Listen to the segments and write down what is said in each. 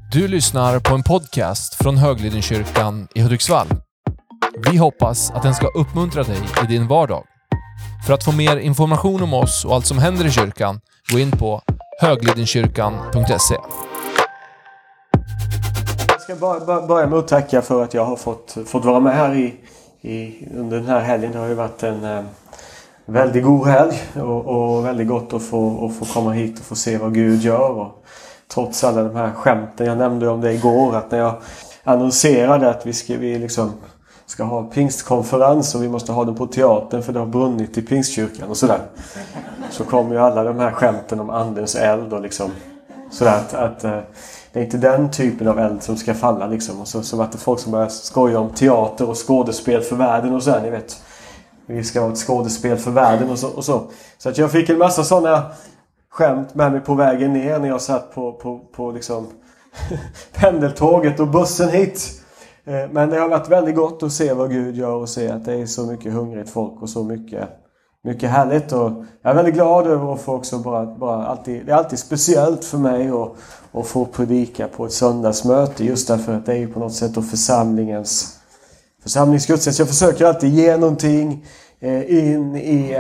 Du lyssnar på en podcast från Höglidenkyrkan i Hudiksvall. Vi hoppas att den ska uppmuntra dig i din vardag. För att få mer information om oss och allt som händer i kyrkan, gå in på höglidenkyrkan.se. Jag ska börja med att tacka för att jag har fått vara med här under den här helgen. Det har ju varit en väldigt god helg och väldigt gott att få komma hit och få se vad Gud gör. Och trots alla de här skämten, jag nämnde om det igår, att när jag annonserade att vi ska ha pingstkonferens och vi måste ha den på teatern för det har brunnit i pingstkyrkan och sådär. Så kom ju alla de här skämten om andens eld och sådär att det är inte den typen av eld som ska falla och så var det folk som började skoja om teater och skådespel för världen och så, ni vet. Vi ska ha ett skådespel för världen och så. Så att jag fick en massa sådana skämt med mig på vägen ner när jag satt på pendeltåget och bussen hit. Men det har varit väldigt gott att se vad Gud gör och se att det är så mycket hungrigt folk och så mycket härligt. Och jag är väldigt glad över att få också bara alltid, det är alltid speciellt för mig att få predika på ett söndagsmöte, just därför att det är ju på något sätt då församlingsgudstjänst. Jag försöker alltid ge någonting in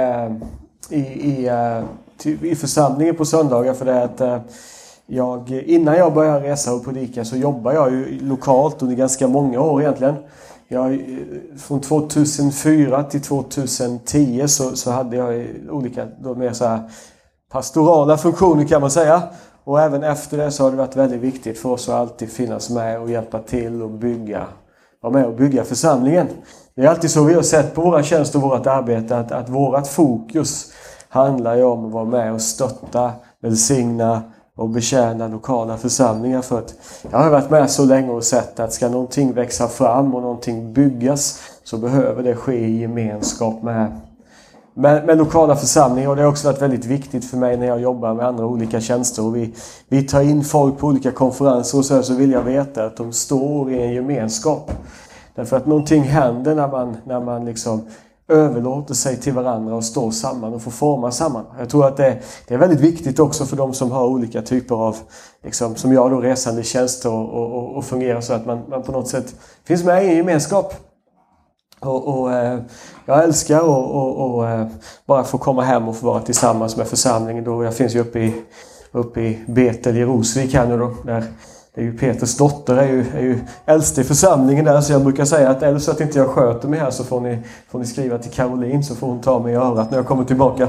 i församlingen på söndagar, för det är att innan jag börjar resa och predika så jobbar jag ju lokalt under ganska många år egentligen. Från 2004 till 2010 så hade jag olika mer så här pastorala funktioner, kan man säga. Och även efter det så har det varit väldigt viktigt för oss att alltid finnas med och hjälpa till och vara med och bygga församlingen. Det är alltid så vi har sett på våra tjänst och vårt arbete att vårat fokus handlar ju om att vara med och stötta, välsigna och betjäna lokala församlingar. För att jag har varit med så länge och sett att ska någonting växa fram och någonting byggas så behöver det ske i gemenskap med lokala församlingar. Och det har också varit väldigt viktigt för mig när jag jobbar med andra olika tjänster och vi tar in folk på olika konferenser och så vill jag veta att de står i en gemenskap. Därför att någonting händer när man överlåter sig till varandra och står samman och får forma samman. Jag tror att det är väldigt viktigt också för de som har olika typer av, som jag då, resande tjänster och fungerar så att man på något sätt finns med i en gemenskap. Och jag älskar att bara få komma hem och få vara tillsammans med församlingen. Då jag finns ju uppe i Betel i Rosvik här nu då, där det är ju Peters dotter är ju äldst i församlingen där, så jag brukar säga att eller så att inte jag sköter mig här så får ni skriva till Caroline, så får hon ta mig i örat när jag kommer tillbaka.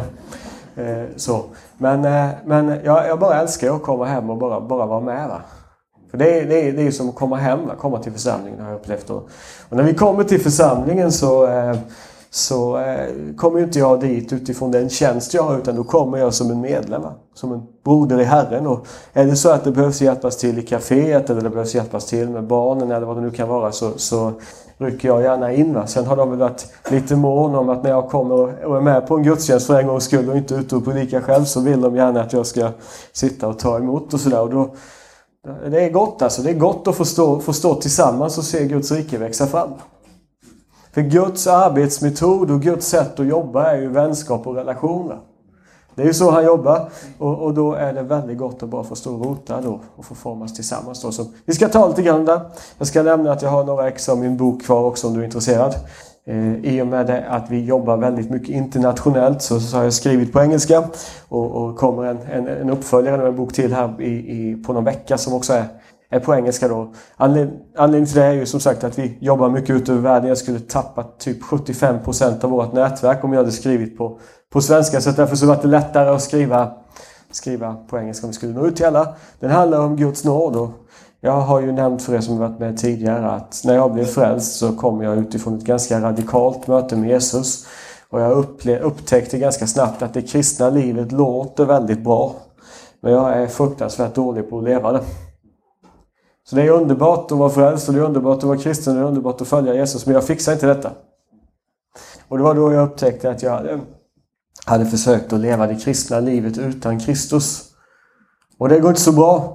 Men jag bara älskar att komma hem och bara vara med, va? För det är ju som att komma till församlingen, har jag upplevt. Och när vi kommer till församlingen så kommer ju inte jag dit utifrån den tjänst jag har, utan då kommer jag som en medlem, som en broder i Herren. Och är det så att det behövs hjälpas till i kaféet eller det behövs hjälpas till med barnen eller vad det nu kan vara, så rycker jag gärna in. Va? Sen har de väl varit lite mån om att när jag kommer och är med på en gudstjänst för en gångs skull och inte ute och predika själv, så vill de gärna att jag ska sitta och ta emot och sådär. Och då, det är gott alltså. Det är gott att få stå tillsammans och se Guds rike växa fram. För Guds arbetsmetod och Guds sätt att jobba är ju vänskap och relationer. Det är ju så han jobbar. Och då är det väldigt gott att bara få stå och rota då och få formas tillsammans då. Så vi ska ta lite grann där. Jag ska nämna att jag har några ex av min bok kvar också om du är intresserad. I och med det att vi jobbar väldigt mycket internationellt så har jag skrivit på engelska. Och kommer en uppföljare med en bok till här på någon vecka som också är på engelska då. Anledningen till det är ju som sagt att vi jobbar mycket ut över världen. Jag skulle tappa typ 75% av vårt nätverk om jag hade skrivit på svenska. Så därför så var det lättare att skriva på engelska om vi skulle nå ut till alla. Den handlar om Guds nåd. Och jag har ju nämnt för er som varit med tidigare att när jag blev frälst så kom jag utifrån ett ganska radikalt möte med Jesus. Och jag upptäckte ganska snabbt att det kristna livet låter väldigt bra. Men jag är fruktansvärt dålig på att leva det. Så det är underbart att vara frälst och det är underbart att vara kristen och det är underbart att följa Jesus. Men jag fixar inte detta. Och det var då jag upptäckte att jag hade försökt att leva det kristna livet utan Kristus. Och det går inte så bra.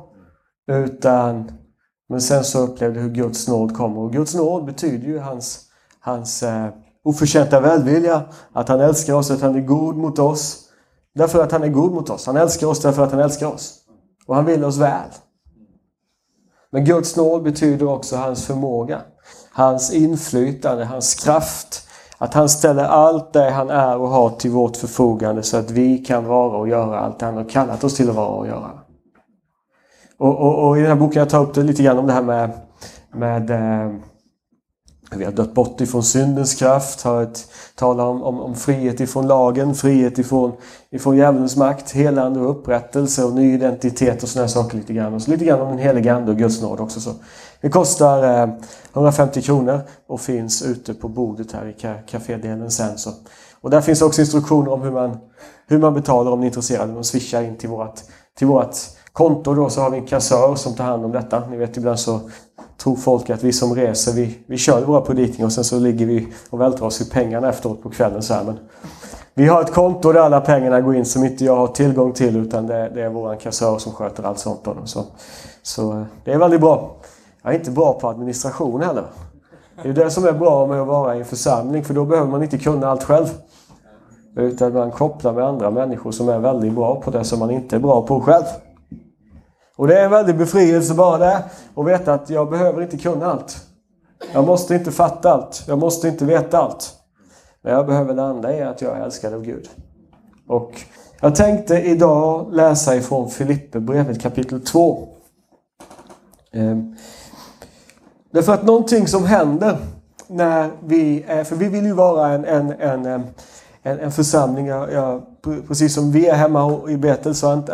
Men sen så upplevde jag hur Guds nåd kommer. Och Guds nåd betyder ju hans oförtjänta välvilja. Att han älskar oss, att han är god mot oss. Därför att han är god mot oss. Han älskar oss därför att han älskar oss. Och han vill oss väl. Men Guds nåd betyder också hans förmåga, hans inflytande, hans kraft. Att han ställer allt det han är och har till vårt förfogande så att vi kan vara och göra allt det han har kallat oss till att vara och göra. Och i den här boken jag tar upp det lite grann om det här med vi har dött bort ifrån syndens kraft, talar om frihet ifrån lagen, frihet ifrån djävulens makt, helande och upprättelse och ny identitet och såna här saker lite grann. Och så lite grann om den heliga ande och Guds nåd också. Så. Det kostar 150 kronor och finns ute på bordet här i kafédelen sen. Så. Och där finns också instruktioner om hur man betalar om ni är intresserade. Man swishar in till vårt konto då, så har vi en kassör som tar hand om detta. Ni vet, ibland så tror folk att vi som reser, vi kör våra predikningar och sen så ligger vi och vältrar oss i pengarna efteråt på kvällen så här. Men vi har ett konto där alla pengarna går in som inte jag har tillgång till, utan det är våran kassör som sköter allt sånt då. Så det är väldigt bra. Jag är inte bra på administration heller. Det är det som är bra med att vara i en församling, för då behöver man inte kunna allt själv. Utan man kopplar med andra människor som är väldigt bra på det som man inte är bra på själv. Och det är en väldigt befrielse bara det. Och veta att jag behöver inte kunna allt. Jag måste inte fatta allt. Jag måste inte veta allt. Men jag behöver landa i att jag är älskad av Gud. Och jag tänkte idag läsa ifrån Filipperbrevet kapitel 2. Därför att någonting som händer när vi är... För vi vill ju vara en församling. Precis som vi är hemma i Betel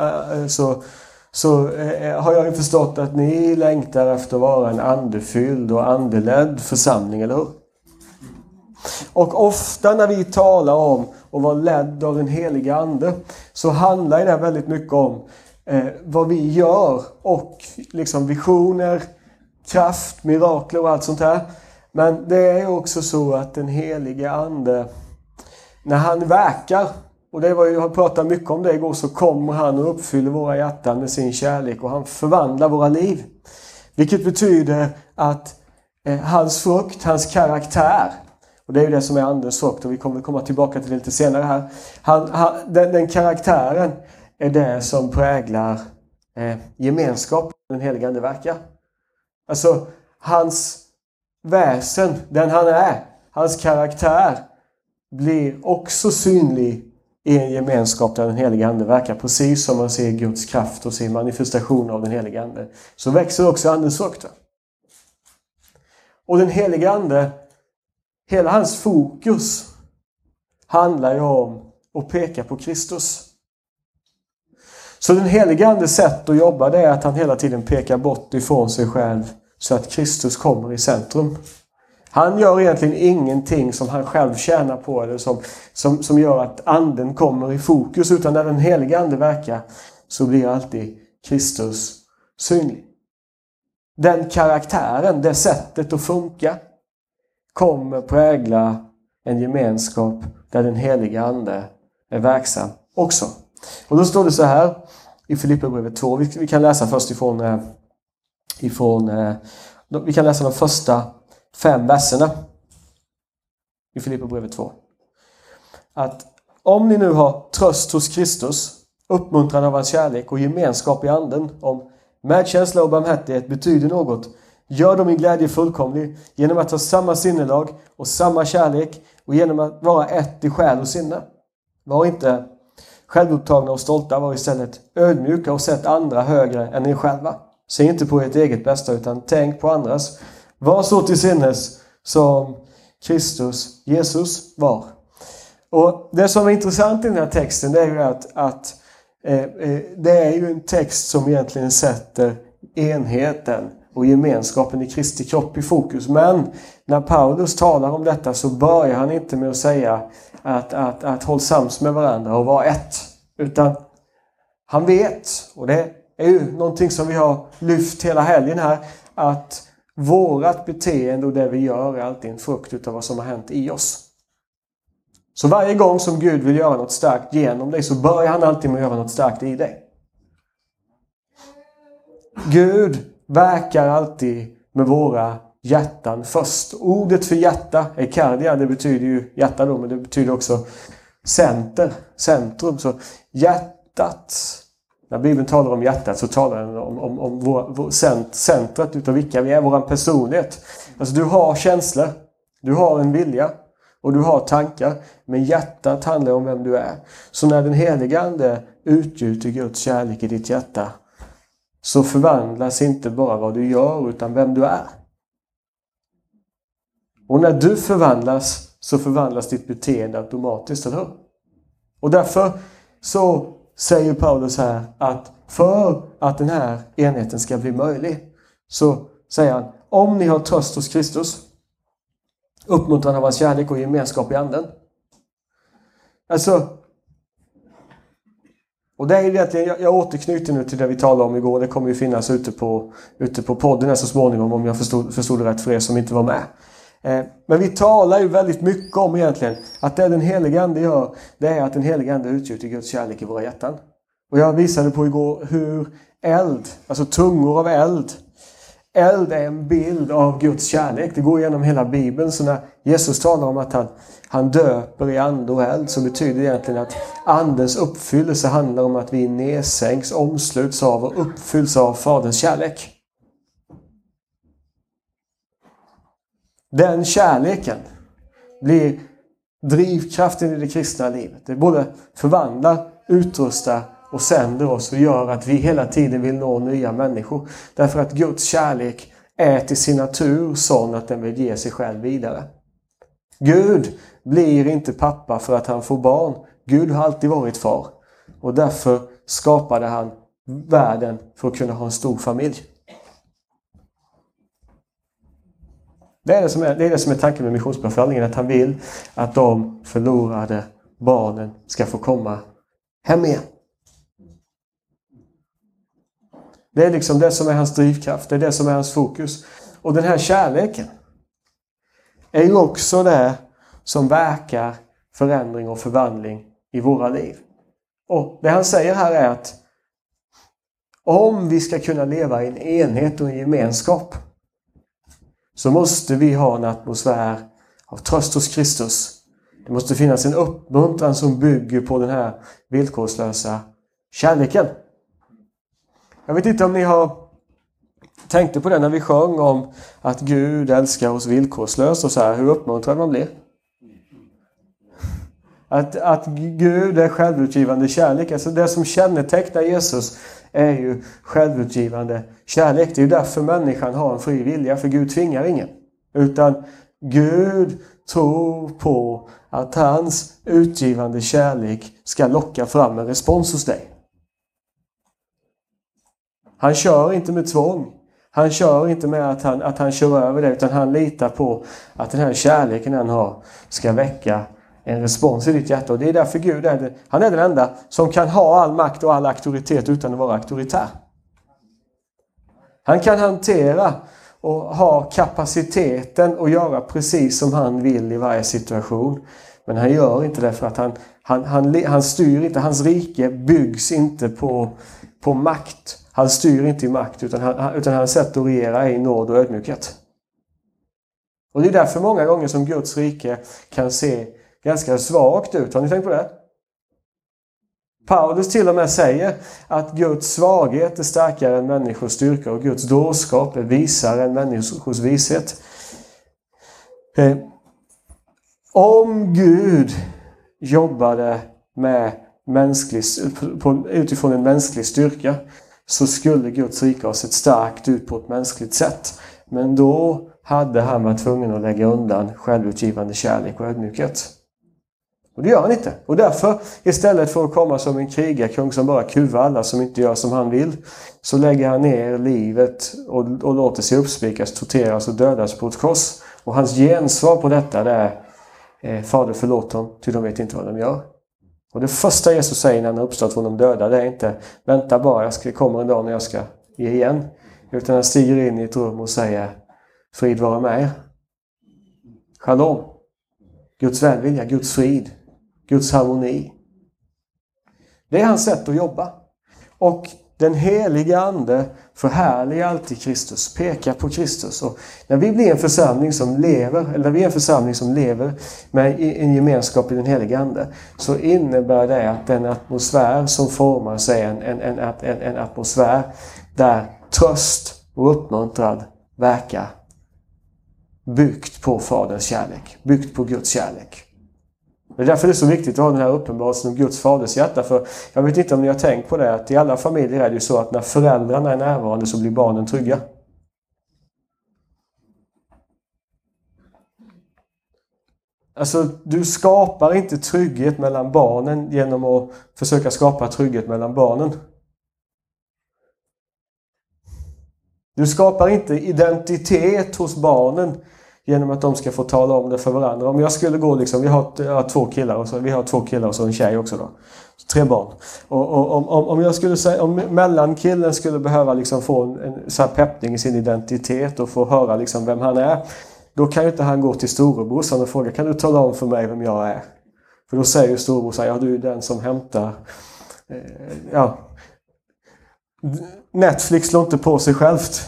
så har jag ju förstått att ni längtar efter att vara en andefylld och andeledd församling, eller hur? Och ofta när vi talar om att vara ledd av den heliga ande, så handlar det väldigt mycket om vad vi gör och liksom visioner, kraft, mirakler och allt sånt här. Men det är också så att den heliga ande, när han verkar, och det var ju, jag pratade mycket om det igår, så kommer han och uppfyller våra hjärtan med sin kärlek och han förvandlar våra liv. Vilket betyder att hans frukt, hans karaktär, och det är ju det som är andens frukt och vi kommer komma tillbaka till det lite senare här. Den karaktären är det som präglar gemenskap, den heliga ande verkar. Alltså hans väsen, den han är, hans karaktär blir också synlig i en gemenskap där den heliga ande verkar. Precis som man ser Guds kraft och ser manifestationer av den heliga ande, så växer också andens frukt. Och den heliga ande, hela hans fokus handlar ju om att peka på Kristus. Så den heliga andes sätt att jobba, det är att han hela tiden pekar bort ifrån sig själv så att Kristus kommer i centrum. Han gör egentligen ingenting som han själv tjänar på eller som gör att anden kommer i fokus, utan när den heliga ande verkar så blir alltid Kristus synlig. Den karaktären, det sättet att funka, kommer prägla en gemenskap där den heliga ande är verksam också. Och då står det så här i Filipperbrevet 2. Vi kan läsa först vi kan läsa de första 5 verserna i Filipperbrevet 2. Att om ni nu har tröst hos Kristus, uppmuntran av hans kärlek och gemenskap i anden, om medkänsla och barmhärtighet betyder något, gör dem i glädje fullkomlig genom att ha samma sinnelag och samma kärlek och genom att vara ett i själ och sinne. Var inte självupptagna och stolta, var istället ödmjuka och sätt andra högre än er själva. Se inte på ert eget bästa utan tänk på andras. Var så till sinnes som Kristus, Jesus, var. Och det som är intressant i den här texten, det är ju att det är ju en text som egentligen sätter enheten och gemenskapen i Kristi kropp i fokus. Men när Paulus talar om detta så börjar han inte med att säga att håll sams med varandra och vara ett. Utan han vet, och det är ju någonting som vi har lyft hela helgen här, att vårat beteende och det vi gör är alltid en frukt utav vad som har hänt i oss. Så varje gång som Gud vill göra något starkt genom dig så börjar han alltid med att göra något starkt i dig. Gud verkar alltid med våra hjärtan först. Ordet för hjärta är kardia, det betyder ju hjärta då, men det betyder också centrum. Så hjärtat När Bibeln talar om hjärtat så talar den om centret utav vilka vi är, vår personlighet. Alltså du har känslor, du har en vilja och du har tankar. Men hjärtat handlar om vem du är. Så när den heliga Ande utgjuter Guds kärlek i ditt hjärta så förvandlas inte bara vad du gör utan vem du är. Och när du förvandlas så förvandlas ditt beteende automatiskt, eller hur? Och därför så säger Paulus här att för att den här enheten ska bli möjlig så säger han, om ni har tröst hos Kristus, uppmuntran av hans kärlek och gemenskap i anden. Alltså, och det är egentligen, jag återknyter nu till det vi talade om igår. Det kommer ju finnas ute på podden här så småningom, om jag förstod det rätt för er som inte var med. Men vi talar ju väldigt mycket om egentligen att det den heliga Ande gör, det är att den heliga Ande utgjuter Guds kärlek i våra hjärtan. Och jag visade på igår hur eld, alltså tungor av eld är en bild av Guds kärlek. Det går igenom hela Bibeln. Så när Jesus talar om att han döper i ande och eld så betyder det egentligen att andens uppfyllelse handlar om att vi nedsänks, omsluts av och uppfylls av Faderns kärlek. Den kärleken blir drivkraften i det kristna livet. Det både förvandlar, utrustar och sänder oss och gör att vi hela tiden vill nå nya människor. Därför att Guds kärlek är till sin natur sån att den vill ge sig själv vidare. Gud blir inte pappa för att han får barn. Gud har alltid varit far. Och därför skapade han världen för att kunna ha en stor familj. Det är det som är tanken med missionsbefallningen, att han vill att de förlorade barnen ska få komma hem igen. Det är liksom det som är hans drivkraft, det är det som är hans fokus. Och den här kärleken är ju också det som verkar förändring och förvandling i våra liv. Och det han säger här är att om vi ska kunna leva i en enhet och en gemenskap så måste vi ha en atmosfär av tröst hos Kristus. Det måste finnas en uppmuntran som bygger på den här villkorslösa kärleken. Jag vet inte om ni har tänkt på det när vi sjöng om att Gud älskar oss villkorslöst och så här, hur uppmuntrad man blir. Att Gud är självutgivande kärlek. Alltså det som kännetecknar Jesus är ju självutgivande kärlek. Det är ju därför människan har en fri vilja, för Gud tvingar ingen. Utan Gud tror på att hans utgivande kärlek ska locka fram en respons hos dig. Han kör inte med tvång. Han kör inte med att han kör över det, utan han litar på att den här kärleken han har ska väcka en respons i ditt hjärta. Och det är därför Gud han är den enda som kan ha all makt och all auktoritet utan att vara auktoritär. Han kan hantera och ha kapaciteten att göra precis som han vill i varje situation. Men han gör inte det för att han styr inte. Hans rike byggs inte på makt. Han styr inte i makt utan han sätter att regera i nåd och ödmjukhet. Och det är därför många gånger som Guds rike kan se ganska svagt ut. Har ni tänkt på det? Paulus till och med säger att Guds svaghet är starkare än människors styrka och Guds dårskap är visare än människors vishet. Om Gud jobbade med utifrån en mänsklig styrka så skulle Guds rike ha sett starkt ut på ett mänskligt sätt. Men då hade han varit tvungen att lägga undan självutgivande kärlek och ödmjukhet. Och det gör han inte. Och därför, istället för att komma som en krigarkung som bara kuvar alla som inte gör som han vill, så lägger han ner livet och låter sig uppspikas, torteras och dödas på ett kors. Och hans gensvar på detta det är: Fader, förlåt dem, ty de vet inte vad de gör. Och det första Jesus säger när han har uppstått från de döda, det är inte: vänta bara, jag kommer en dag när jag ska ge igen. Utan han stiger in i ett rum och säger: frid vara med er. Shalom. Guds välvilja, Guds frid, Guds harmoni. Det är hans sätt att jobba. Och Den heliga ande förhärligar alltid Kristus, pekar på Kristus. Och när vi blir en församling som lever, eller vi är en församling som lever med en gemenskap i den heliga ande, så innebär det att den atmosfär som formar sig en atmosfär där tröst och uppmuntrad verkar, byggt på Faderns kärlek, byggt på Guds kärlek. Det är därför det är så viktigt att ha den här uppenbarelsen om Guds faders hjärta. För jag vet inte om ni har tänkt på det, att i alla familjer är det ju så att när föräldrarna är närvarande så blir barnen trygga. Alltså, du skapar inte trygghet mellan barnen genom att försöka skapa trygghet mellan barnen. Du skapar inte identitet hos barnen genom att de ska få tala om det för varandra. Om jag skulle gå vi har två killar och så en tjej också då. 3 barn. Och om jag skulle säga, om mellankillen skulle behöva få en så här peppning i sin identitet och få höra vem han är, då kan ju inte han gå till storebrorsan och fråga: kan du tala om för mig vem jag är? För då säger ju storebrorsan: ja, du är den som hämtar Netflix slår inte på sig självt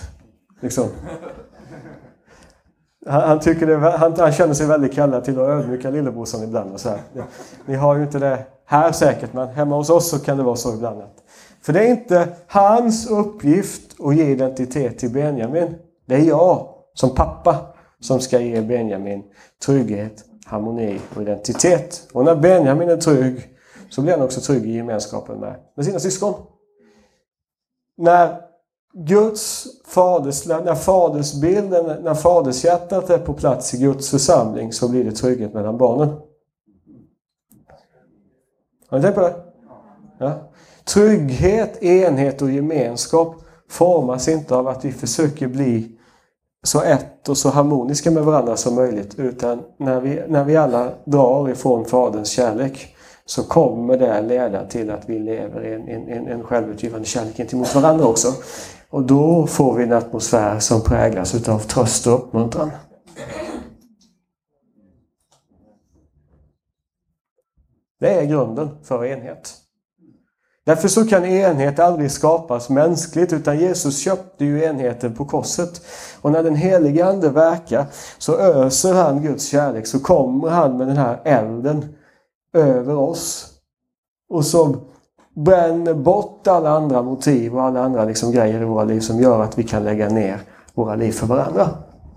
Han känner sig väldigt kallad till att ödmjuka lillebrorsan ibland och så här. Ni har ju inte det här säkert, men hemma hos oss så kan det vara så ibland. För det är inte hans uppgift att ge identitet till Benjamin. Det är jag som pappa som ska ge Benjamin trygghet, harmoni och identitet. Och när Benjamin är trygg så blir han också trygg i gemenskapen med sina syskon. När när fadershjärtat är på plats i Guds församling, så blir det trygghet mellan barnen. Har ni tänkt på det? Ja. Trygghet, enhet och gemenskap formas inte av att vi försöker bli så ett och så harmoniska med varandra som möjligt, utan när vi alla drar ifrån faderns kärlek, så kommer det leda till att vi lever i en självutgivande kärlek gentemot varandra också. Och då får vi en atmosfär som präglas utav tröst och uppmuntran. Det är grunden för enhet. Därför så kan enhet aldrig skapas mänskligt, utan Jesus köpte ju enheten på korset. Och när den heliga ande verkar, så öser han Guds kärlek, så kommer han med den här elden över oss. Och så bränner bort alla andra motiv och alla andra grejer i våra liv som gör att vi kan lägga ner våra liv för varandra.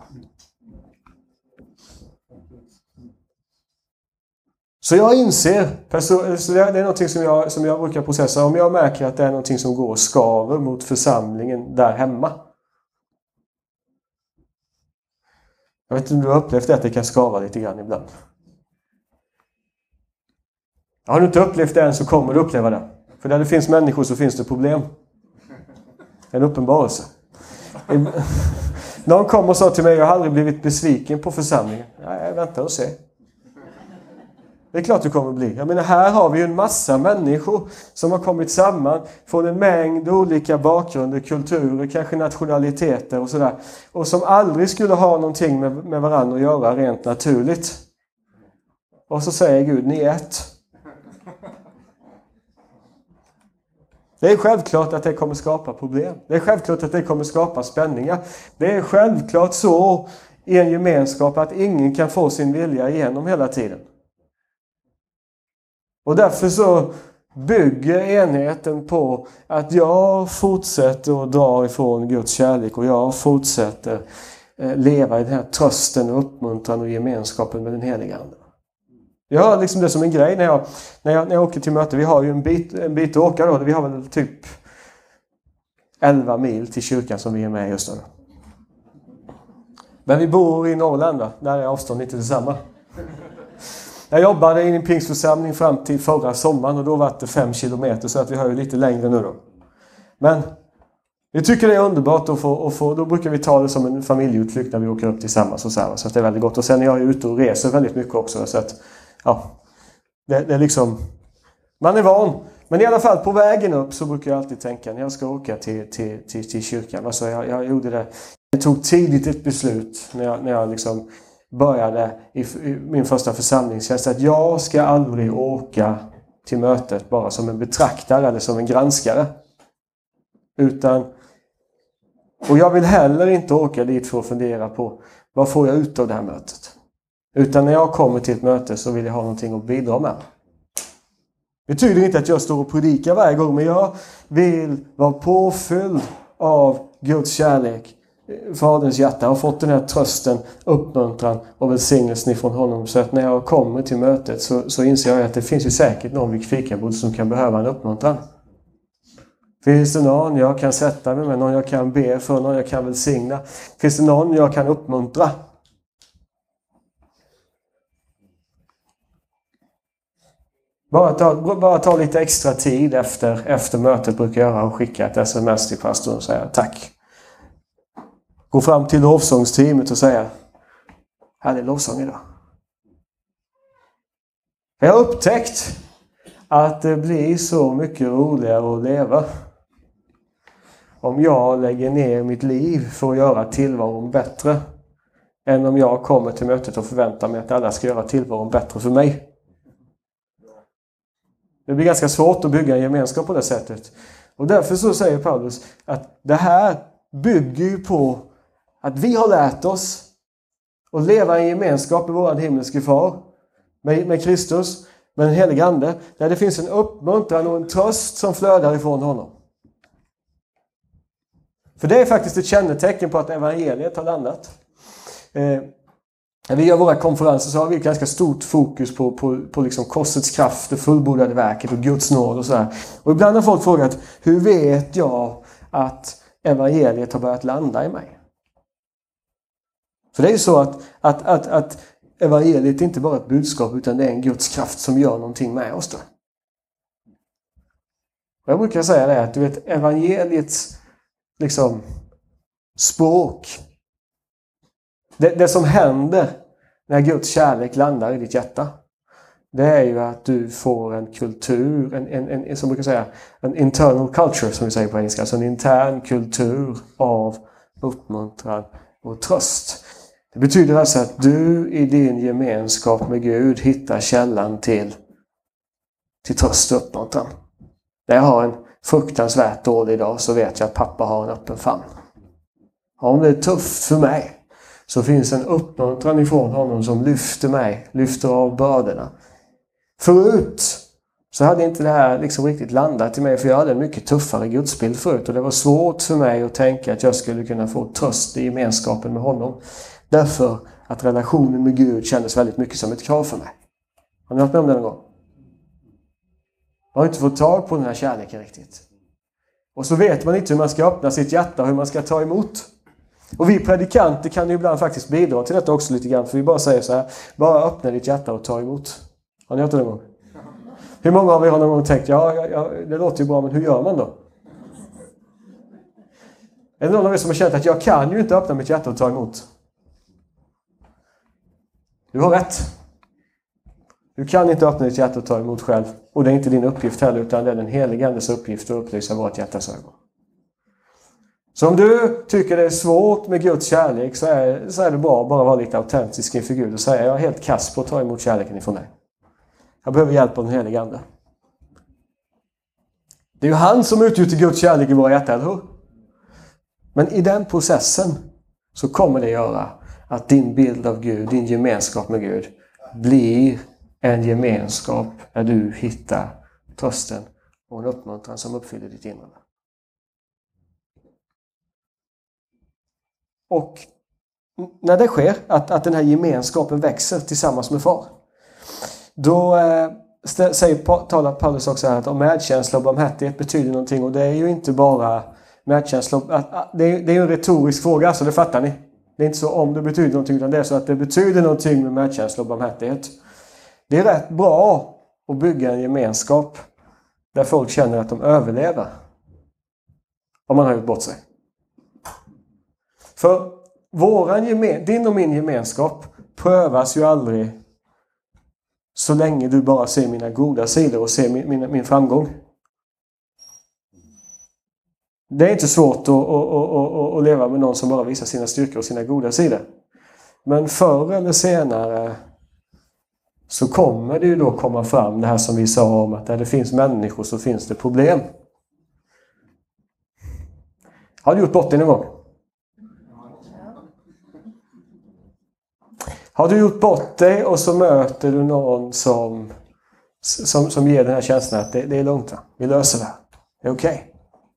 Så jag inser, det är någonting som jag brukar processa, om jag märker att det är någonting som går och skaver mot församlingen där hemma. Jag vet inte om du har upplevt att det kan skava lite grann ibland. Har du inte upplevt det än, så kommer du uppleva det. För där det finns människor så finns det problem. En uppenbarelse. Någon kom och sa till mig: jag har aldrig blivit besviken på församlingen. Nej, vänta och se. Det är klart du kommer bli. Jag menar, här har vi ju en massa människor som har kommit samman från en mängd olika bakgrunder, kulturer, kanske nationaliteter och sådär. Och som aldrig skulle ha någonting med varandra att göra rent naturligt. Och så säger Gud: ni är ett. Det är självklart att det kommer skapa problem. Det är självklart att det kommer skapa spänningar. Det är självklart så i en gemenskap att ingen kan få sin vilja igenom hela tiden. Och därför så bygger enheten på att jag fortsätter att dra ifrån Guds kärlek, och jag fortsätter leva i den här trösten och uppmuntran och gemenskapen med den heliga ande. Jag har det som en grej när jag åker till möte. Vi har ju en bit att åka då. Vi har väl typ 11 mil till kyrkan som vi är med just nu. Men vi bor i Norrland, va? Där är avstånd inte detsamma. Jag jobbade i en pingstförsamling fram till förra sommaren, och då var det 5 kilometer, så att vi har ju lite längre nu då. Men vi tycker det är underbart att få, då brukar vi ta det som en familjeutflykt när vi åker upp tillsammans och så här, så att det är väldigt gott. Och sen är jag ute och reser väldigt mycket också, så att det är man är van. Men i alla fall på vägen upp så brukar jag alltid tänka, när jag ska åka till kyrkan. Alltså jag gjorde det. Jag tog tidigt ett beslut när jag började i min första församlingstjänst, att jag ska aldrig åka till mötet bara som en betraktare eller som en granskare. Och jag vill heller inte åka dit för att fundera på vad får jag ut av det här mötet. Utan när jag kommer till ett möte så vill jag ha någonting att bidra med. Det betyder inte att jag står och predikar varje gång, men jag vill vara påfylld av Guds kärlek. Faderns hjärta har fått den här trösten, uppmuntran och välsignelsen ifrån honom. Så att när jag kommer till mötet så inser jag att det finns ju säkert någon vid fikabordet som kan behöva en uppmuntran. Finns det någon jag kan sätta mig med, någon jag kan be för, någon jag kan välsigna? Finns det någon jag kan uppmuntra? Bara ta lite extra tid efter mötet brukar jag göra och skicka ett sms till pastorn och säga tack. Gå fram till lovsångsteamet och säga här är lovsång idag. Jag har upptäckt att det blir så mycket roligare att leva om jag lägger ner mitt liv för att göra tillvaron bättre än om jag kommer till mötet och förväntar mig att alla ska göra tillvaron bättre för mig. Det blir ganska svårt att bygga en gemenskap på det sättet. Och därför så säger Paulus att det här bygger ju på att vi har lärt oss att leva i en gemenskap med vår himmelske far, med Kristus, med den helige Ande, där det finns en uppmuntran och en tröst som flödar ifrån honom. För det är faktiskt ett kännetecken på att evangeliet har landat. När vi gör våra konferenser så har vi ett ganska stort fokus på liksom korsets kraft, det fullbordade verket och Guds nåd och så här. Och ibland har folk frågat, hur vet jag att evangeliet har börjat landa i mig? För det är ju så att evangeliet är inte bara ett budskap utan det är en Guds kraft som gör någonting med oss då. Och jag brukar säga det att du vet evangeliets liksom språk, det som händer när Guds kärlek landar i ditt hjärta, det är ju att du får en kultur, en som brukar säga, en internal culture som vi säger på engelska, alltså en intern kultur av uppmuntran och tröst. Det betyder alltså att du i din gemenskap med Gud hittar källan till tröst och uppmuntran. När jag har en fruktansvärt dålig dag så vet jag att pappa har en öppen famn. Om det är tufft för mig så finns en uppmuntran ifrån honom som lyfter mig, lyfter av bördorna. Förut så hade inte det här liksom riktigt landat i mig, för jag hade en mycket tuffare gudsbild förut och det var svårt för mig att tänka att jag skulle kunna få tröst i gemenskapen med honom. Därför att relationen med Gud kändes väldigt mycket som ett krav för mig. Har ni varit med om det någon gång? Man har inte fått tag på den här kärleken riktigt. Och så vet man inte hur man ska öppna sitt hjärta och hur man ska ta emot. Och vi predikanter kan ju ibland faktiskt bidra till detta också lite grann. För vi bara säger så här, bara öppna ditt hjärta och ta emot. Har ni hört det någon gång? Hur många av er har någon gång tänkt, ja, det låter ju bra, men hur gör man då? Är det någon av er som har känt att jag kan ju inte öppna mitt hjärta och ta emot? Du har rätt. Du kan inte öppna ditt hjärta och ta emot själv. Och det är inte din uppgift heller, utan det är den helige Andes uppgift att upplysa vårt hjärtas ögon. Så om du tycker det är svårt med Guds kärlek så är det bra att bara vara lite autentisk inför Gud och säga, jag är helt kass på att ta emot kärleken ifrån dig. Jag behöver hjälp av den helige Ande. Det är ju han som utgjuter Guds kärlek i våra hjärtan, eller hur? Men i den processen så kommer det göra att din bild av Gud, din gemenskap med Gud blir en gemenskap där du hittar trösten och en uppmuntran som uppfyller ditt inre. Och när det sker, att den här gemenskapen växer tillsammans med far, då talar Paulus också här att om medkänsla och barmhärtighet betyder någonting. Och det är ju inte bara medkänsla, det är ju en retorisk fråga, så det fattar ni. Det är inte så om det betyder någonting, utan det är så att det betyder någonting med medkänsla och barmhärtighet. Det är rätt bra att bygga en gemenskap där folk känner att de överlever om man har gjort bort sig. För din och min gemenskap prövas ju aldrig så länge du bara ser mina goda sidor och ser min framgång. Det är inte svårt att leva med någon som bara visar sina styrkor och sina goda sidor. Men förr eller senare så kommer det ju då komma fram det här som vi sa om att där det finns människor så finns det problem. Har du gjort bort dig någon gång? Har du gjort bort dig och så möter du någon som ger den här känslan att det är lugnt. Vi löser det. Det är okej.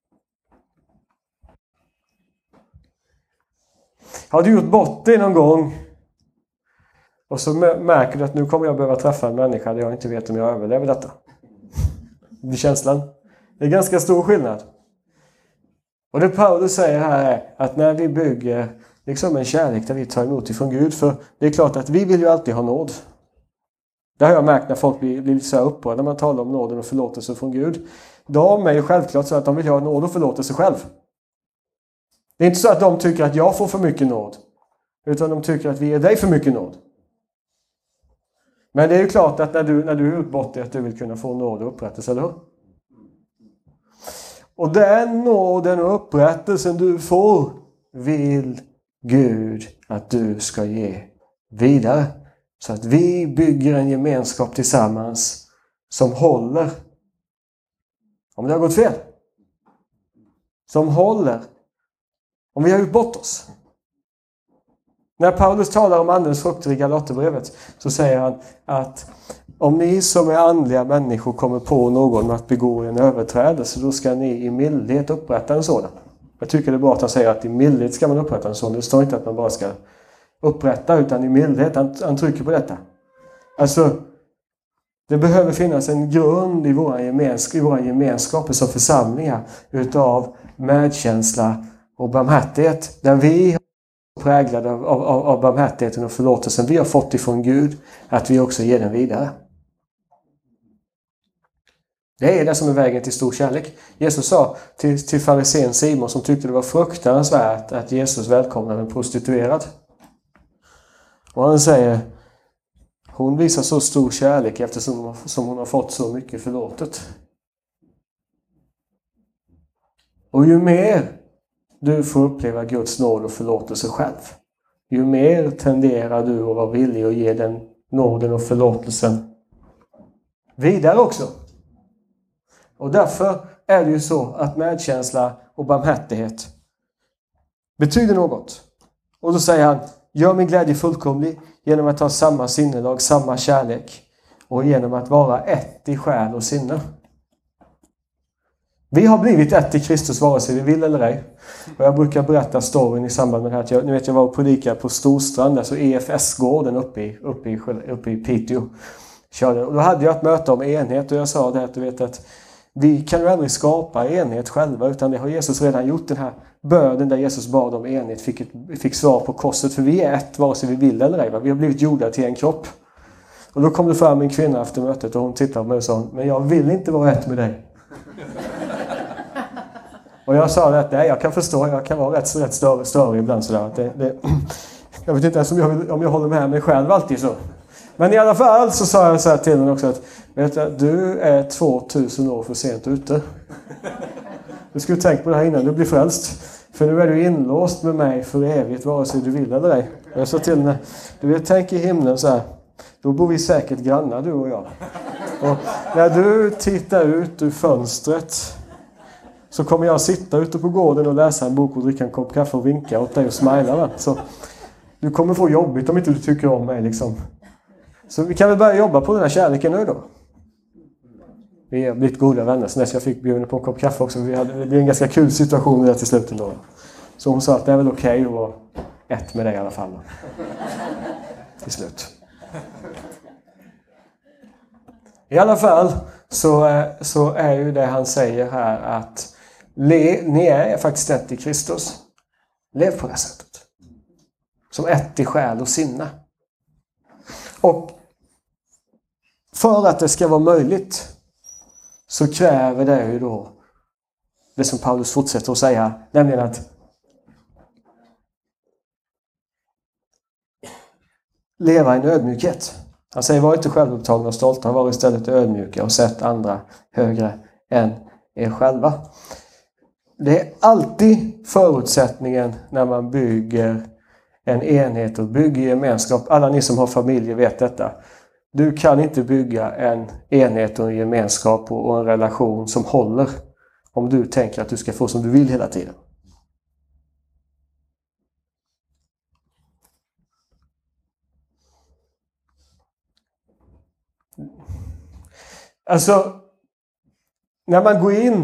Har du gjort bort dig någon gång och så märker du att nu kommer jag behöva träffa en människa där jag inte vet om jag överlever detta. Det är känslan. Det är ganska stor skillnad. Och det Paulus säger här är att när vi bygger liksom en kärlek där vi tar emot ifrån Gud, för det är klart att vi vill ju alltid ha nåd. Det har jag märkt när folk blir lite så här upprörda när man talar om nåden och förlåtelse från Gud. De är ju självklart så att de vill ha nåd och förlåtelse själv. Det är inte så att de tycker att jag får för mycket nåd, utan de tycker att vi ger dig för mycket nåd. Men det är ju klart att när du är ut bort det att du vill kunna få nåd och upprättelse, eller hur? Och den nåden och upprättelsen du får vill Gud att du ska ge vidare. Så att vi bygger en gemenskap tillsammans som håller. Om det har gått fel. Som håller. Om vi har gjort bort oss. När Paulus talar om andens frukter i Galaterbrevet så säger han att om ni som är andliga människor kommer på någon att begå en överträdelse, då ska ni i mildhet upprätta en sådan. Jag tycker det är bra att han säger att i mildhet ska man upprätta en sådan. Det står inte att man bara ska upprätta, utan i mildhet. Han trycker på detta. Alltså, det behöver finnas en grund i våra gemenskaper som församlingar utav medkänsla och barmhärtighet. Där vi är präglade av barmhärtigheten och förlåtelsen vi har fått ifrån Gud, att vi också ger den vidare. Det är det som är vägen till stor kärlek. Jesus sa till farisén Simon, som tyckte det var fruktansvärt att Jesus välkomnade en prostituerad. Och han säger, hon visar så stor kärlek eftersom hon har fått så mycket förlåtet. Och ju mer du får uppleva Guds nåd och förlåtelse själv, ju mer tenderar du att vara villig att ge den nåden och förlåtelsen vidare också. Och därför är det ju så att medkänsla och barmhärtighet betyder något. Och då säger han, gör min glädje fullkomlig genom att ha samma sinnelag, samma kärlek och genom att vara ett i själ och sinne. Vi har blivit ett i Kristus vare sig vi vill eller ej. Och jag brukar berätta storyn i samband med det här. Jag var och predikade på Storstrand, alltså EFS-gården uppe i Piteå. Och då hade jag ett möte om enhet och jag sa det att du vet att vi kan ju aldrig skapa enhet själva, utan det har Jesus redan gjort. Den här bönen där Jesus bad om enhet fick svar på korset, för vi är ett vare sig vi vill eller ej. Vi har blivit gjorda till en kropp. Och då kom det fram en kvinna efter mötet och hon tittade på mig och sa, men jag vill inte vara ett med dig. Och jag sa att nej, jag kan förstå, jag kan vara rätt större ibland sådär. Att jag vet inte ens om jag håller med mig själv alltid så. Men i alla fall så sa jag så här till henne också att vet du är 2000 år för sent ute. Du skulle tänka på det här innan du blir frälst. För nu är du inlåst med mig för evigt vare sig du vill eller ej. Jag sa till henne, du vet, tänk i himlen så här. Då bor vi säkert grannar du och jag. Och när du tittar ut ur fönstret så kommer jag sitta ute på gården och läsa en bok och dricka en kopp kaffe och vinka åt dig och smila. Va? Så du kommer få jobbigt om inte du tycker om mig liksom. Så vi kan väl börja jobba på den här kärleken nu då. Vi har blivit goda vänner. Så nästan jag fick bjuda på en kopp kaffe också. Det blev en ganska kul situation där till slut ändå. Så hon sa att det är väl okej att vara ett med dig i alla fall. Till slut. I alla fall så är ju det han säger här att ni är faktiskt ett i Kristus. Lev på det sättet. Som ett i själ och sinne. Och för att det ska vara möjligt så kräver det ju då det som Paulus fortsätter att säga, nämligen att leva i en ödmjukhet. Han säger, var inte självupptagna och stolta, var istället ödmjuka och sätt andra högre än er själva. Det är alltid förutsättningen när man bygger en enhet och bygger gemenskap. Alla ni som har familjer vet detta. Du kan inte bygga en enhet och en gemenskap och en relation som håller om du tänker att du ska få som du vill hela tiden. Alltså, när man går in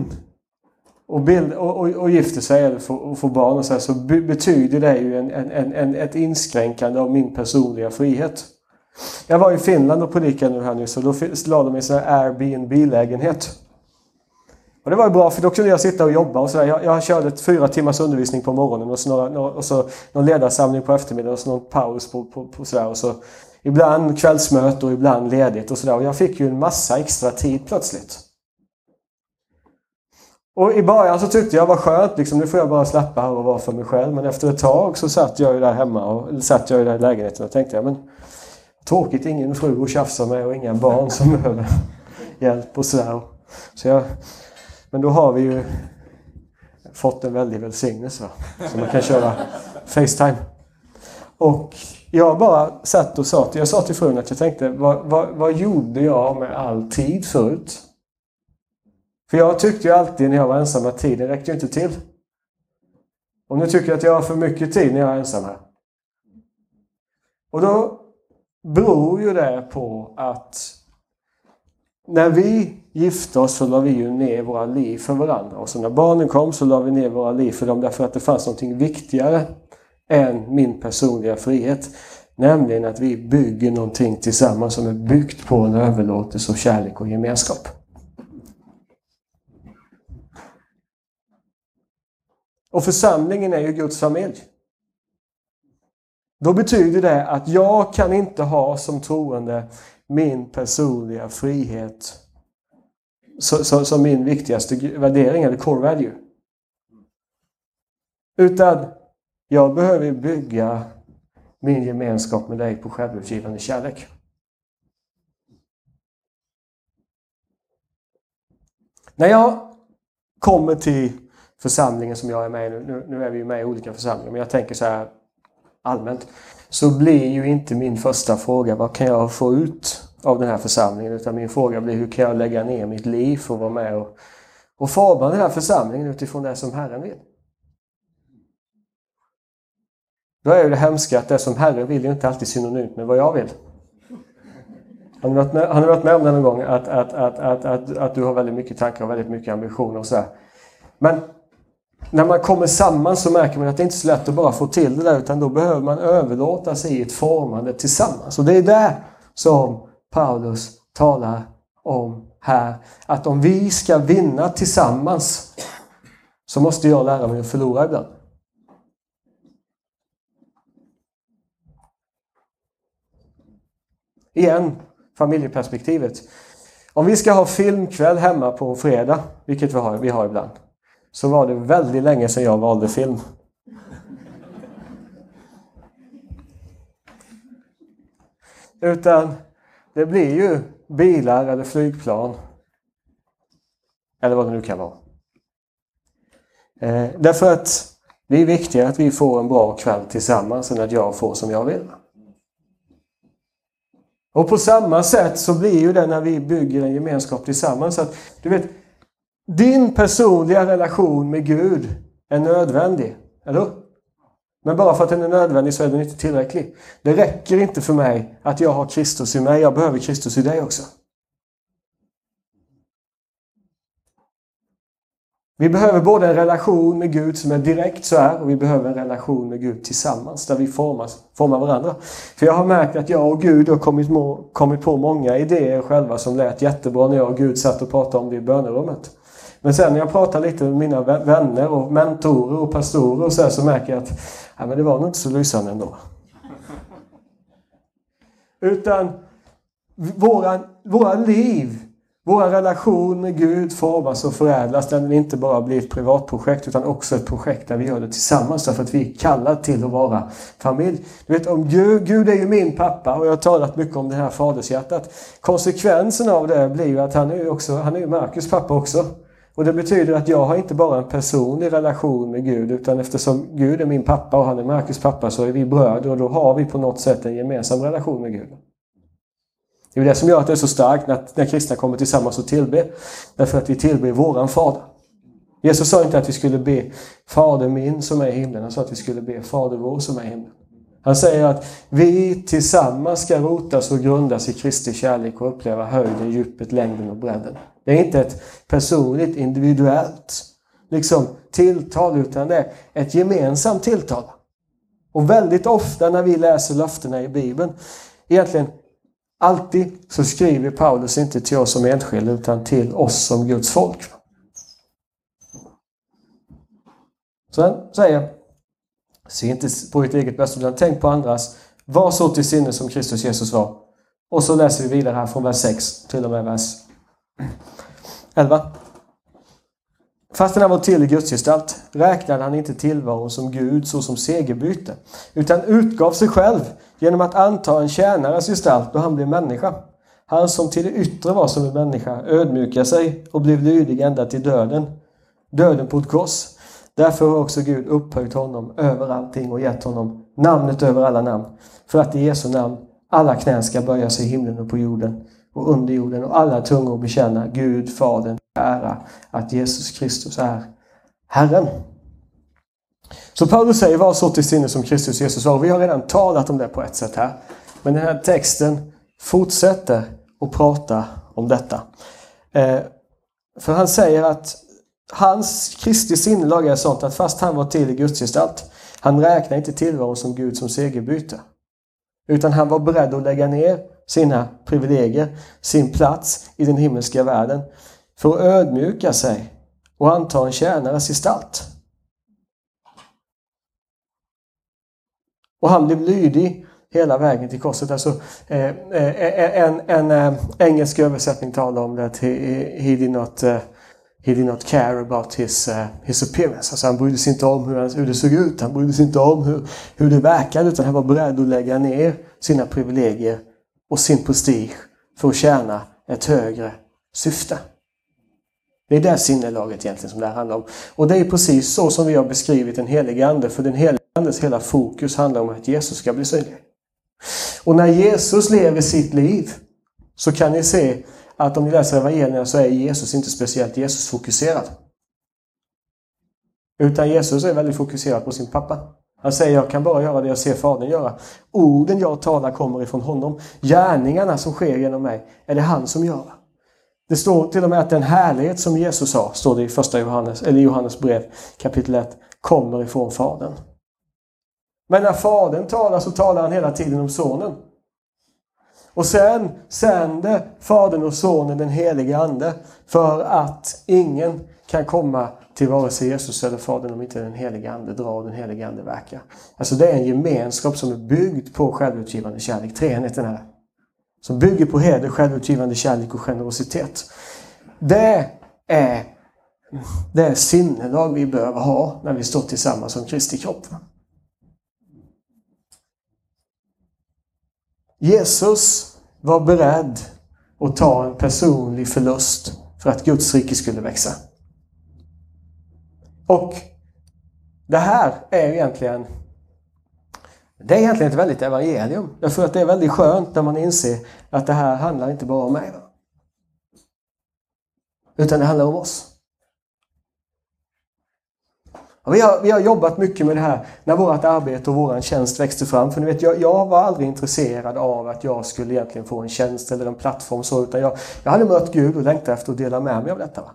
och gifter sig eller får barn och så betyder det ju ett inskränkande av min personliga frihet. Jag var i Finland och predikade nu här nyss, och då la de i en sån här Airbnb-lägenhet. Och det var ju bra, för då kunde jag sitta och jobba och sådär. Jag körde 4 timmars undervisning på morgonen och så någon ledarsamling på eftermiddagen och så någon paus på sådär. Och så ibland kvällsmöte och ibland ledigt och sådär. Och jag fick ju en massa extra tid plötsligt. Och i början så tyckte jag var skönt, liksom, nu får jag bara slappa här och vara för mig själv. Men efter ett tag så satt jag ju där hemma och satt jag ju där i lägenheten och tänkte, men tråkigt, ingen fru att tjafsa med och inga barn som behöver hjälp och sådär. Men då har vi ju fått en väldig välsignelse, va? Så man kan köra FaceTime. Och jag bara satt och jag sa till frun att jag tänkte, vad gjorde jag med all tid förut? För jag tyckte ju alltid när jag var ensam att tiden räckte ju inte till. Och nu tycker jag att jag har för mycket tid när jag är ensam här. Och då beror ju det på att när vi gifte oss så la vi ju ner våra liv för varandra. Och så när barnen kom så la vi ner våra liv för dem, därför att det fanns någonting viktigare än min personliga frihet. Nämligen att vi bygger någonting tillsammans som är byggt på en överlåtelse och kärlek och gemenskap. Och församlingen är ju Guds familj. Då betyder det att jag kan inte ha som troende min personliga frihet som min viktigaste värdering eller core value. Utan jag behöver bygga min gemenskap med dig på självutgivande kärlek. När jag kommer till församlingen som jag är med i nu är vi med i olika församlingar, men jag tänker så här allmänt, så blir ju inte min första fråga vad kan jag få ut av den här församlingen, utan min fråga blir hur kan jag lägga ner mitt liv för att vara med och forma den här församlingen utifrån det som Herren vill. Då är ju det hemska att det som Herren vill är inte alltid synonymt med vad jag vill. Har ni varit med om det någon gång att du har väldigt mycket tankar och väldigt mycket ambitioner och sådär. Men när man kommer samman så märker man att det inte är så lätt att bara få till det där, utan då behöver man överlåta sig i ett formande tillsammans. Och det är där som Paulus talar om här. Att om vi ska vinna tillsammans så måste jag lära mig att förlora ibland. Igen, familjeperspektivet. Om vi ska ha filmkväll hemma på fredag, vilket vi har ibland, så var det väldigt länge sedan jag valde film. Utan det blir ju bilar eller flygplan. Eller vad det nu kan vara. Därför att det är viktigare att vi får en bra kväll tillsammans än att jag får som jag vill. Och på samma sätt så blir ju det när vi bygger en gemenskap tillsammans. Att, du vet, din personliga relation med Gud är nödvändig, eller? Men bara för att den är nödvändig så är den inte tillräcklig. Det räcker inte för mig att jag har Kristus i mig, jag behöver Kristus i dig också. Vi behöver både en relation med Gud som är direkt så här, och vi behöver en relation med Gud tillsammans där vi formar varandra. För jag har märkt att jag och Gud har kommit på många idéer själva som lät jättebra när jag och Gud satt och pratade om det i bönerummet. Men sen när jag pratar lite med mina vänner och mentorer och pastorer och så märker jag att men det var nog inte så lysande ändå. Utan våra liv, vår relation med Gud formas och förädlas. Den vill inte bara bli ett privatprojekt utan också ett projekt där vi gör det tillsammans. Därför att vi är kallade till att vara familj. Du vet, om Gud är ju min pappa och jag har talat mycket om det här fadershjärtat. Konsekvensen av det blir ju att han är ju Marcus pappa också. Och det betyder att jag har inte bara en personlig relation med Gud, utan eftersom Gud är min pappa och han är Marcus pappa så är vi bröder och då har vi på något sätt en gemensam relation med Gud. Det är det som gör att det är så starkt när kristna kommer tillsammans och tillber. Därför att vi tillber våran fader. Jesus sa inte att vi skulle be Fader min som är i himlen. Han sa att vi skulle be Fader vår som är i himlen. Han säger att vi tillsammans ska rotas och grundas i Kristi kärlek och uppleva höjden, djupet, längden och bredden. Det är inte ett personligt, individuellt tilltal, utan det är ett gemensamt tilltal. Och väldigt ofta när vi läser löftena i Bibeln, egentligen alltid, så skriver Paulus inte till oss som enskilda utan till oss som Guds folk. Så han säger, se inte på ditt eget bästa utan tänk på andras. Var så till sinne som Kristus Jesus var. Och så läser vi vidare här från vers 6 till och med vers 11. Fastän han var till i Gudsgestalt räknade han inte tillvaron som Gud så som segerbyte, utan utgav sig själv genom att anta en tjänares gestalt då han blev människa. Han som till det yttre var som en människa ödmjukade sig och blev lydig ända till döden på ett kors. Därför har också Gud upphöjt honom över allting och gett honom namnet över alla namn, för att i Jesu namn alla knän ska böja sig i himlen och på jorden och under jorden, och alla tungor bekänna Gud, Fadern, ära, att Jesus Kristus är Herren. Så Paulus säger, var så till sinne som Kristus Jesus var. Vi har redan talat om det på ett sätt här. Men den här texten fortsätter att prata om detta. För han säger att hans Kristi sinnelag är sånt att fast han var till i Gudsgestalt, han räknar inte tillvaron som Gud som segerbyte. Utan han var beredd att lägga ner sina privilegier, sin plats i den himmelska världen, för att ödmjuka sig och anta en tjänares gestalt. Och han blev lydig hela vägen till korset. Alltså, en engelsk översättning talar om det. He did not care about his appearance. Alltså han brydde sig inte om hur det såg ut. Han brydde sig inte om hur det verkade, utan han var beredd att lägga ner sina privilegier och sin prestige för att tjäna ett högre syfte. Det är det sinnelaget egentligen som det här handlar om. Och det är precis så som vi har beskrivit den helige ande. För den helige andes hela fokus handlar om att Jesus ska bli synlig. Och när Jesus lever sitt liv så kan ni se att om ni läser evangelierna så är Jesus inte speciellt Jesus-fokuserad. Utan Jesus är väldigt fokuserad på sin pappa. Han säger, jag kan bara göra det jag ser Fadern göra. Orden jag talar kommer ifrån honom. Gärningarna som sker genom mig är det han som gör. Det står till och med att den härlighet som Jesus sa, står det i första Johannes brev kapitel 1, kommer ifrån Fadern. Men när Fadern talar så talar han hela tiden om Sonen. Och sen sände Fadern och Sonen den helige ande, för att ingen kan komma till vare sig Jesus eller Fadern om inte den helige ande drar och den helige ande verkar. Alltså det är en gemenskap som är byggd på självutgivande kärlek. Treenigheten här. Som bygger på heder, självutgivande kärlek och generositet. Det är sinnelag vi behöver ha när vi står tillsammans som Kristi kropp. Jesus var beredd att ta en personlig förlust för att Guds rike skulle växa. Och det här är egentligen ett väldigt evangelium. Därför att det är väldigt skönt när man inser att det här handlar inte bara om mig. Utan det handlar om oss. Och vi har jobbat mycket med det här när vårt arbete och vår tjänst växte fram. För ni vet, jag var aldrig intresserad av att jag skulle egentligen få en tjänst eller en plattform så. Utan jag hade mött Gud och längtat efter att dela med mig av detta.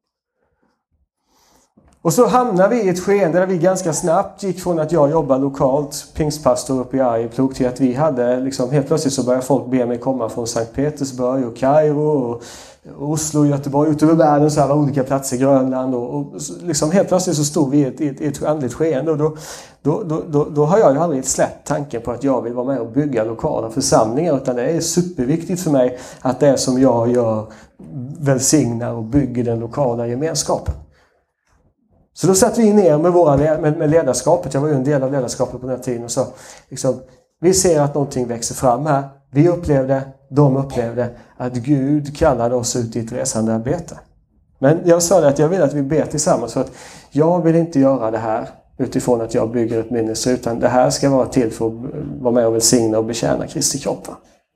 Och så hamnade vi i ett skeende där vi ganska snabbt gick från att jag jobbade lokalt, pingstpastor uppe i Arjeplog, till att vi hade helt plötsligt så började folk be mig komma från Sankt Petersburg och Kairo och Oslo, Göteborg, ut över världen, så här var olika platser, Grönland och helt plötsligt så stod vi i ett andligt skeende, och då har jag ju aldrig släppt tanken på att jag vill vara med och bygga lokala församlingar, utan det är superviktigt för mig att det som jag gör välsignar och bygger den lokala gemenskapen. Så då satt vi ner med ledarskapet. Jag var ju en del av ledarskapet på den här tiden och sa vi ser att någonting växer fram här. Vi upplevde, de upplevde att Gud kallade oss ut i ett resande arbete. Men jag sa det att jag vill att vi ber tillsammans, för att jag vill inte göra det här utifrån att jag bygger ett ministry, utan det här ska vara till för att vara med och välsigna och betjäna Kristi kropp.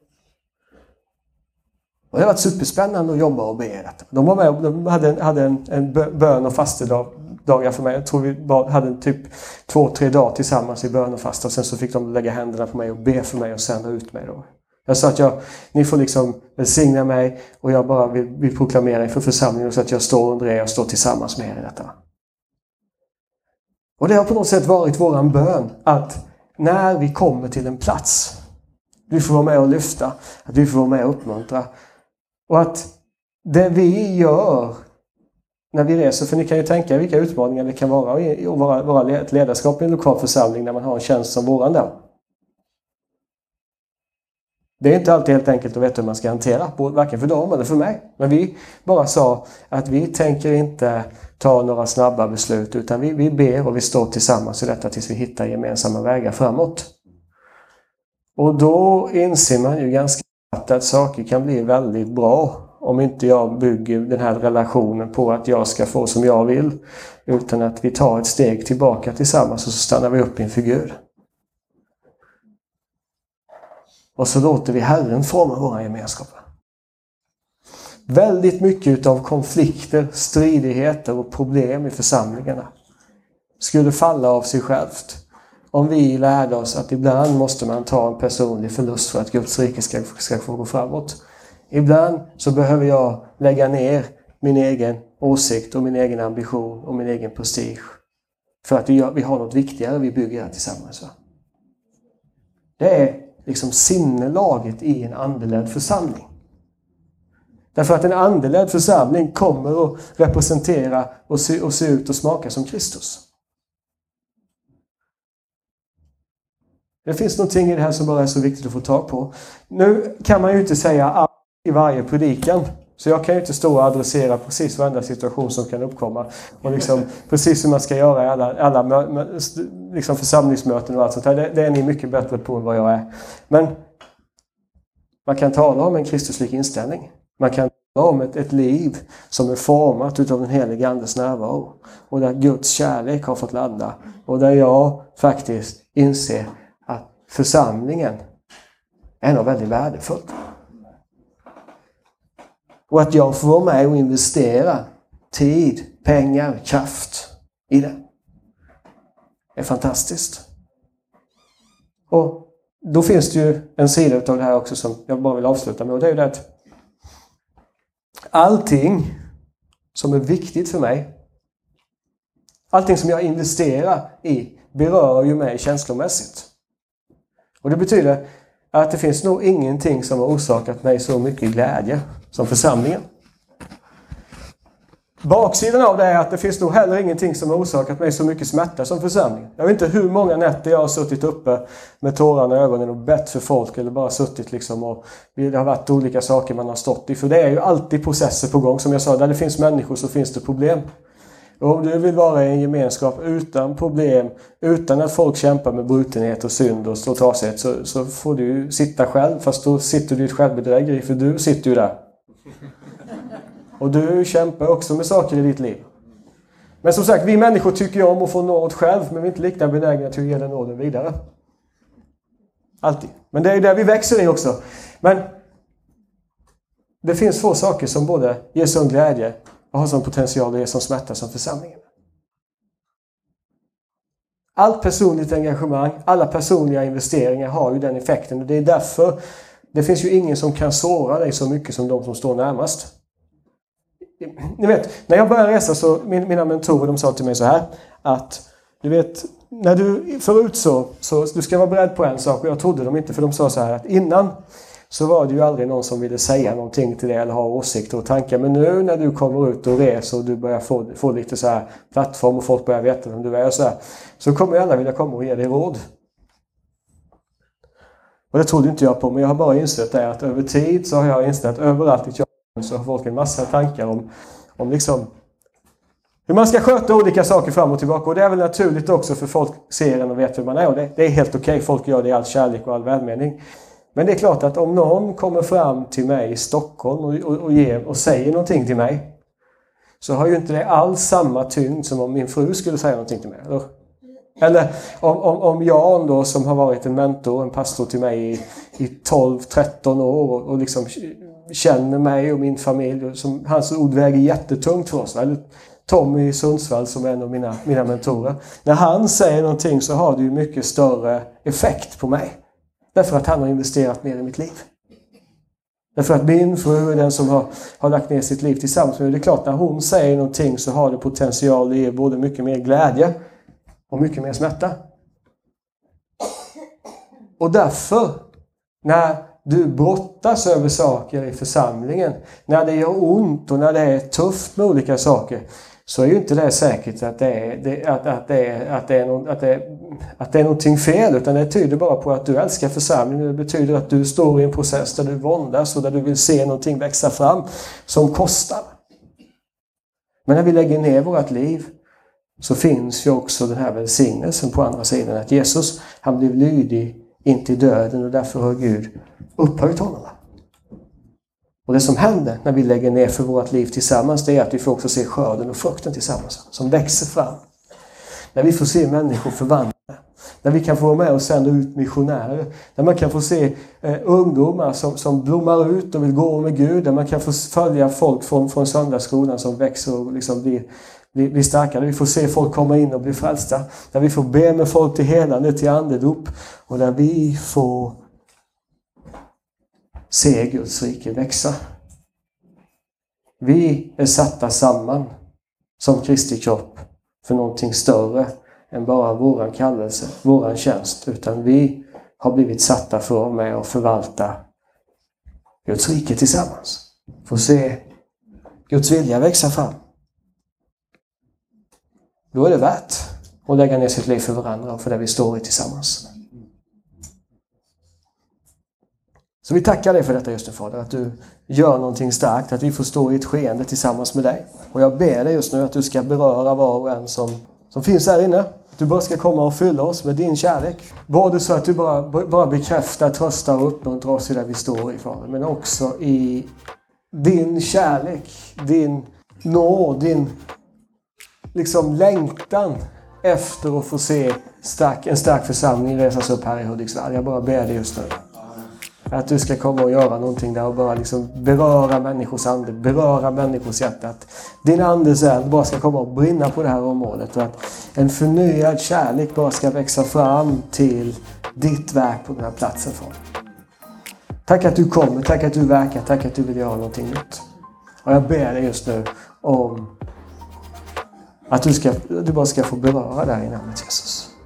Och det har varit superspännande att jobba och be detta. De var med, de hade en bön och fastedag dagar för mig. Jag tror vi bara hade typ 2-3 dagar tillsammans i bön och fasta. Och sen så fick de lägga händerna på mig och be för mig och sända ut mig då. Jag sa att ni får liksom välsigna mig och jag bara vill proklamera inför församlingen så att jag står under er, jag står tillsammans med er i detta. Och det har på något sätt varit våran bön att när vi kommer till en plats, vi får vara med och lyfta, att vi får vara med och uppmuntra. Och att det vi gör när vi reser, för ni kan ju tänka vilka utmaningar det kan vara att vara ett ledarskap i en lokal församling när man har en tjänst som våran där. Det är inte alltid helt enkelt att veta hur man ska hantera, varken för dem eller för mig. Men vi bara sa att vi tänker inte ta några snabba beslut, utan vi ber och vi står tillsammans i detta tills vi hittar gemensamma vägar framåt. Och då inser man ju ganska snabbt att saker kan bli väldigt bra om inte jag bygger den här relationen på att jag ska få som jag vill, utan att vi tar ett steg tillbaka tillsammans och så stannar vi upp inför Gud. Och så låter vi Herren forma våra gemenskaper. Väldigt mycket av konflikter, stridigheter och problem i församlingarna skulle falla av sig självt om vi lärde oss att ibland måste man ta en personlig förlust för att Guds rike ska få gå framåt. Ibland så behöver jag lägga ner min egen åsikt och min egen ambition och min egen prestige för att vi har något viktigare vi bygger här tillsammans. Det är liksom sinnelaget i en andeledd församling. Därför att en andeledd församling kommer att representera och se ut och smaka som Kristus. Det finns någonting i det här som bara är så viktigt att få tag på. Nu kan man ju inte säga allt i varje predikan. Så jag kan ju inte stå och adressera precis varenda situation som kan uppkomma. Och liksom precis hur man ska göra i alla liksom församlingsmöten och allt sånt här. Det är ni mycket bättre på än vad jag är. Men man kan tala om en kristuslik inställning. Man kan tala om ett liv som är format utav den helige Andes närvaro. Och där Guds kärlek har fått landa. Och där jag faktiskt inser att församlingen är något väldigt värdefullt. Och att jag får vara med och investera tid, pengar, kraft i det. Det är fantastiskt. Och då finns det ju en sida av det här också som jag bara vill avsluta med. Och det är ju det att allting som är viktigt för mig, allting som jag investerar i, berör ju mig känslomässigt. Och det betyder att det finns nog ingenting som har orsakat mig så mycket glädje som församlingen. Baksidan av det är att det finns nog heller ingenting som har orsakat mig så mycket smärta som församlingen. Jag vet inte hur många nätter jag har suttit uppe med tårarna i ögonen och bett för folk eller bara suttit liksom och det har varit olika saker man har stått i. För det är ju alltid processer på gång. Som jag sa, där det finns människor så finns det problem. Och om du vill vara i en gemenskap utan problem, utan att folk kämpar med brutenhet och synd och tasighet, så får du sitta själv. Fast då sitter du i ett självbedrägeri, för du sitter ju där. Och du kämpar också med saker i ditt liv. Men som sagt, vi människor tycker om att få nåd själv, men vi är inte lika benägna till att ge den nåden vidare. Alltid. Men det är där vi växer i också. Men det finns få saker som både ger sån glädje och har sån potential att ge sån smärta som församlingen. Allt personligt engagemang, alla personliga investeringar har ju den effekten. Och det är därför det finns ju ingen som kan såra dig så mycket som de som står närmast. Ni vet, när jag började resa så mina mentorer de sa till mig så här att du vet, när du förut så du ska vara beredd på en sak, och jag trodde dem inte, för de sa så här att innan så var det ju aldrig någon som ville säga någonting till dig eller ha åsikter och tankar, men nu när du kommer ut och reser och du börjar få lite så här plattform och folk börjar veta vem du är och så kommer alla vilja komma och ge dig råd. Och det trodde inte jag på, men jag har bara insett det att över tid så har jag insett att överallt så har folk en massa tankar om liksom hur man ska sköta olika saker fram och tillbaka. Och det är väl naturligt också, för folk ser en och vet hur man är. Och det är helt okej. Folk gör det i all kärlek och all välmening. Men det är klart att om någon kommer fram till mig i Stockholm och säger någonting till mig, så har ju inte det alls samma tyngd som om min fru skulle säga någonting till mig. Eller om Jan då, som har varit en mentor, en pastor till mig i 12-13 år och liksom känner mig och min familj, som hans ord väger jättetungt för oss. Eller Tommy i Sundsvall som är en av mina mentorer. När han säger någonting så har det ju mycket större effekt på mig. Därför att han har investerat mer i mitt liv. Därför att min fru är den som har lagt ner sitt liv tillsammans med mig. Det är klart, när hon säger någonting så har det potential att ge både mycket mer glädje och mycket mer smärta. Och därför, när du brottas över saker i församlingen, när det gör ont och när det är tufft med olika saker, så är ju inte det säkert att det är någonting fel, utan det tyder bara på att du älskar församlingen. Det betyder att du står i en process där du våndas och där du vill se någonting växa fram som kostar. Men när vi lägger ner vårt liv så finns ju också den här välsignelsen på andra sidan, att Jesus, han blev lydig in till döden och därför har Gud upphöjt honom. Och det som händer när vi lägger ner för vårt liv tillsammans, det är att vi får också se skörden och frukten tillsammans som växer fram. När vi får se människor förvandla. När vi kan få vara med och sända ut missionärer. När man kan få se ungdomar som blommar ut och vill gå med Gud. När man kan få följa folk från söndagsskolan som växer och liksom blir starkare. Vi får se folk komma in och bli frälsta. När vi får be med folk till helande, till andedop. Och där vi får se Guds rike växa. Vi är satta samman som Kristi kropp för någonting större än bara våran kallelse, våran tjänst. Utan vi har blivit satta för att vara med och förvalta Guds rike tillsammans. Få se Guds vilja växa fram. Då är det värt att lägga ner sitt liv för varandra och för det vi står i tillsammans. Så vi tackar dig för detta just nu, Fader, att du gör någonting starkt, att vi får stå i ett skeende tillsammans med dig. Och jag ber dig just nu att du ska beröra var och en som finns här inne. Du bara ska komma och fylla oss med din kärlek. Både så att du bara bekräftar, tröstar och uppmuntrar oss i det vi står i, Fader. Men också i din kärlek, din nåd, din liksom längtan efter att få se en stark församling resas upp här i Hudiksvall. Jag bara ber dig just nu. Att du ska komma och göra någonting där och bara liksom beröra människors ande, beröra människors hjärta. Att din andes eld bara ska komma och brinna på det här området. Och att en förnyad kärlek bara ska växa fram till ditt verk på den här platsen. Tack att du kommer, tack att du verkar, tack att du vill göra någonting nytt. Och jag ber dig just nu om att du bara ska få beröra där i namnet Jesus.